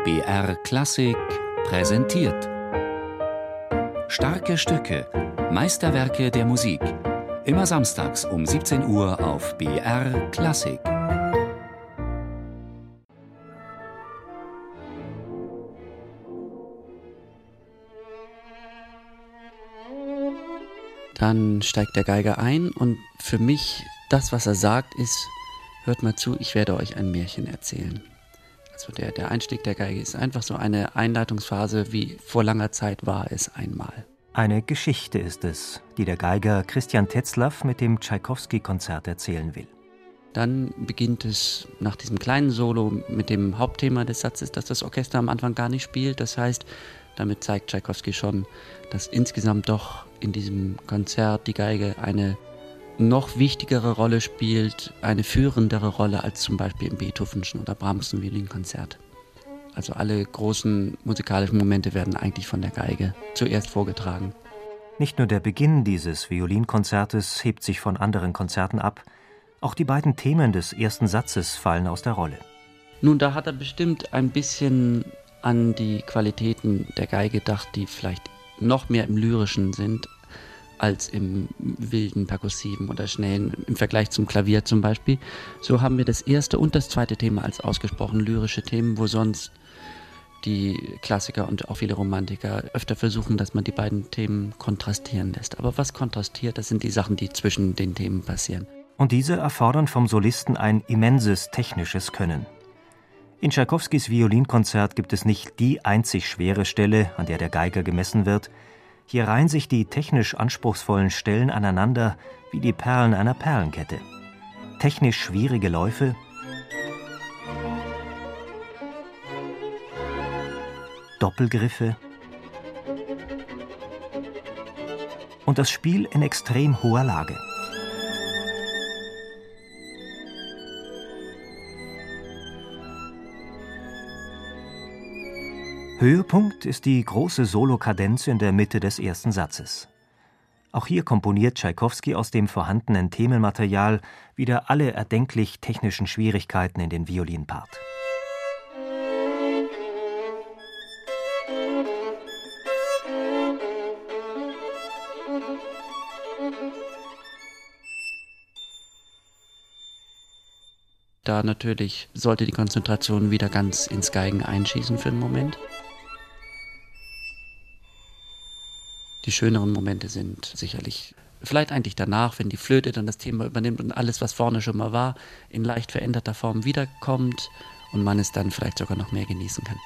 BR Klassik präsentiert. Starke Stücke, Meisterwerke der Musik. Immer samstags um 17 Uhr auf BR Klassik. Dann steigt der Geiger ein und für mich, das, was er sagt, ist: Hört mal zu, ich werde euch ein Märchen erzählen. Also der Einstieg der Geige ist einfach so eine Einleitungsphase, wie vor langer Zeit war es einmal. Eine Geschichte ist es, die der Geiger Christian Tetzlaff mit dem Tschaikowski-Konzert erzählen will. Dann beginnt es nach diesem kleinen Solo mit dem Hauptthema des Satzes, das das Orchester am Anfang gar nicht spielt. Das heißt, damit zeigt Tschaikowski schon, dass insgesamt doch in diesem Konzert die Geige eine noch wichtigere Rolle spielt, eine führendere Rolle als zum Beispiel im Beethovenschen oder Brahmschen Violinkonzert. Also alle großen musikalischen Momente werden eigentlich von der Geige zuerst vorgetragen. Nicht nur der Beginn dieses Violinkonzertes hebt sich von anderen Konzerten ab, auch die beiden Themen des ersten Satzes fallen aus der Rolle. Nun, da hat er bestimmt ein bisschen an die Qualitäten der Geige gedacht, die vielleicht noch mehr im Lyrischen sind als im wilden, perkussiven oder schnellen, im Vergleich zum Klavier zum Beispiel. So haben wir das erste und das zweite Thema als ausgesprochen lyrische Themen, wo sonst die Klassiker und auch viele Romantiker öfter versuchen, dass man die beiden Themen kontrastieren lässt. Aber was kontrastiert, das sind die Sachen, die zwischen den Themen passieren. Und diese erfordern vom Solisten ein immenses technisches Können. In Tschaikowskis Violinkonzert gibt es nicht die einzig schwere Stelle, an der der Geiger gemessen wird. Hier reihen sich die technisch anspruchsvollen Stellen aneinander wie die Perlen einer Perlenkette. Technisch schwierige Läufe, Doppelgriffe und das Spiel in extrem hoher Lage. Höhepunkt ist die große Solokadenz in der Mitte des ersten Satzes. Auch hier komponiert Tschaikowski aus dem vorhandenen Themenmaterial wieder alle erdenklich technischen Schwierigkeiten in den Violinpart. Da natürlich sollte die Konzentration wieder ganz ins Geigen einschießen für einen Moment. Die schöneren Momente sind sicherlich vielleicht eigentlich danach, wenn die Flöte dann das Thema übernimmt und alles, was vorne schon mal war, in leicht veränderter Form wiederkommt und man es dann vielleicht sogar noch mehr genießen kann.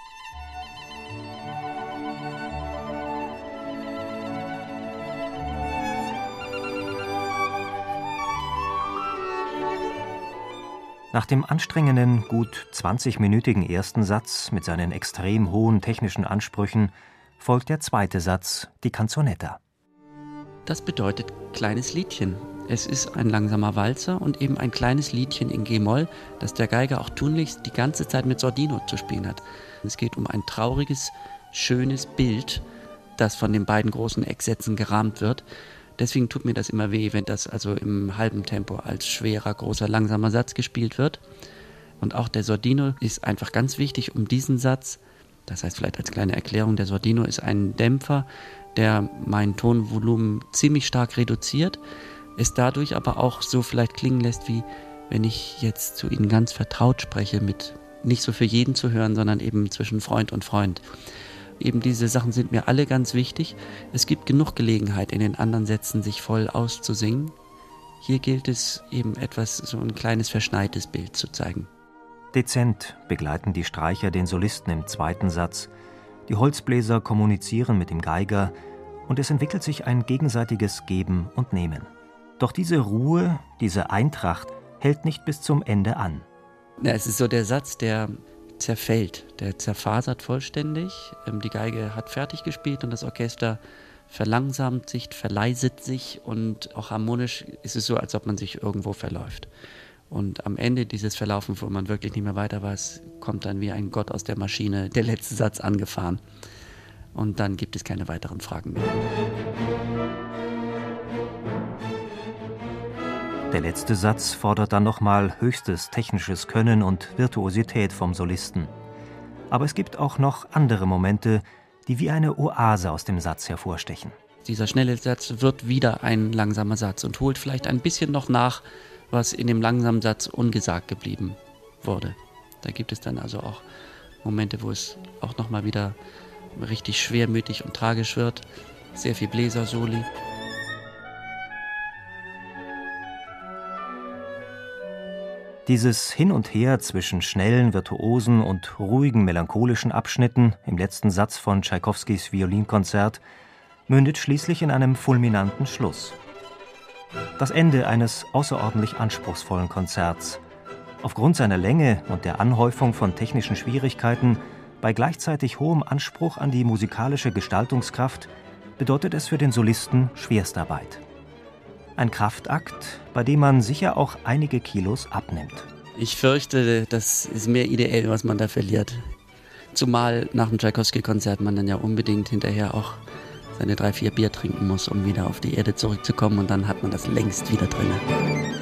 Nach dem anstrengenden, gut 20-minütigen ersten Satz mit seinen extrem hohen technischen Ansprüchen folgt der zweite Satz, die Canzonetta. Das bedeutet kleines Liedchen. Es ist ein langsamer Walzer und eben ein kleines Liedchen in G-Moll, das der Geiger auch tunlichst die ganze Zeit mit Sordino zu spielen hat. Es geht um ein trauriges, schönes Bild, das von den beiden großen Ecksätzen gerahmt wird. Deswegen tut mir das immer weh, wenn das also im halben Tempo als schwerer, großer, langsamer Satz gespielt wird. Und auch der Sordino ist einfach ganz wichtig, um diesen Satz. Das heißt, vielleicht als kleine Erklärung, der Sordino ist ein Dämpfer, der mein Tonvolumen ziemlich stark reduziert, es dadurch aber auch so vielleicht klingen lässt, wie wenn ich jetzt zu Ihnen ganz vertraut spreche, mit nicht so für jeden zu hören, sondern eben zwischen Freund und Freund. Eben diese Sachen sind mir alle ganz wichtig. Es gibt genug Gelegenheit, in den anderen Sätzen sich voll auszusingen. Hier gilt es eben etwas, so ein kleines verschneites Bild zu zeigen. Dezent begleiten die Streicher den Solisten im zweiten Satz. Die Holzbläser kommunizieren mit dem Geiger und es entwickelt sich ein gegenseitiges Geben und Nehmen. Doch diese Ruhe, diese Eintracht hält nicht bis zum Ende an. Ja, es ist so der Satz, der zerfällt, der zerfasert vollständig. Die Geige hat fertig gespielt und das Orchester verlangsamt sich, verleiset sich und auch harmonisch ist es so, als ob man sich irgendwo verläuft. Und am Ende dieses Verlaufen, wo man wirklich nicht mehr weiter weiß, kommt dann wie ein Gott aus der Maschine der letzte Satz angefahren. Und dann gibt es keine weiteren Fragen mehr. Der letzte Satz fordert dann nochmal höchstes technisches Können und Virtuosität vom Solisten. Aber es gibt auch noch andere Momente, die wie eine Oase aus dem Satz hervorstechen. Dieser schnelle Satz wird wieder ein langsamer Satz und holt vielleicht ein bisschen noch nach, was in dem langsamen Satz ungesagt geblieben wurde. Da gibt es dann also auch Momente, wo es auch nochmal wieder richtig schwermütig und tragisch wird. Sehr viel Bläser-Soli. Dieses Hin und Her zwischen schnellen, virtuosen und ruhigen, melancholischen Abschnitten im letzten Satz von Tschaikowskis Violinkonzert mündet schließlich in einem fulminanten Schluss. Das Ende eines außerordentlich anspruchsvollen Konzerts. Aufgrund seiner Länge und der Anhäufung von technischen Schwierigkeiten, bei gleichzeitig hohem Anspruch an die musikalische Gestaltungskraft, bedeutet es für den Solisten Schwerstarbeit. Ein Kraftakt, bei dem man sicher auch einige Kilos abnimmt. Ich fürchte, das ist mehr ideell, was man da verliert. Zumal nach dem Tschaikowski-Konzert man dann ja unbedingt hinterher auch seine 3-4 Bier trinken muss, um wieder auf die Erde zurückzukommen, und dann hat man das längst wieder drin.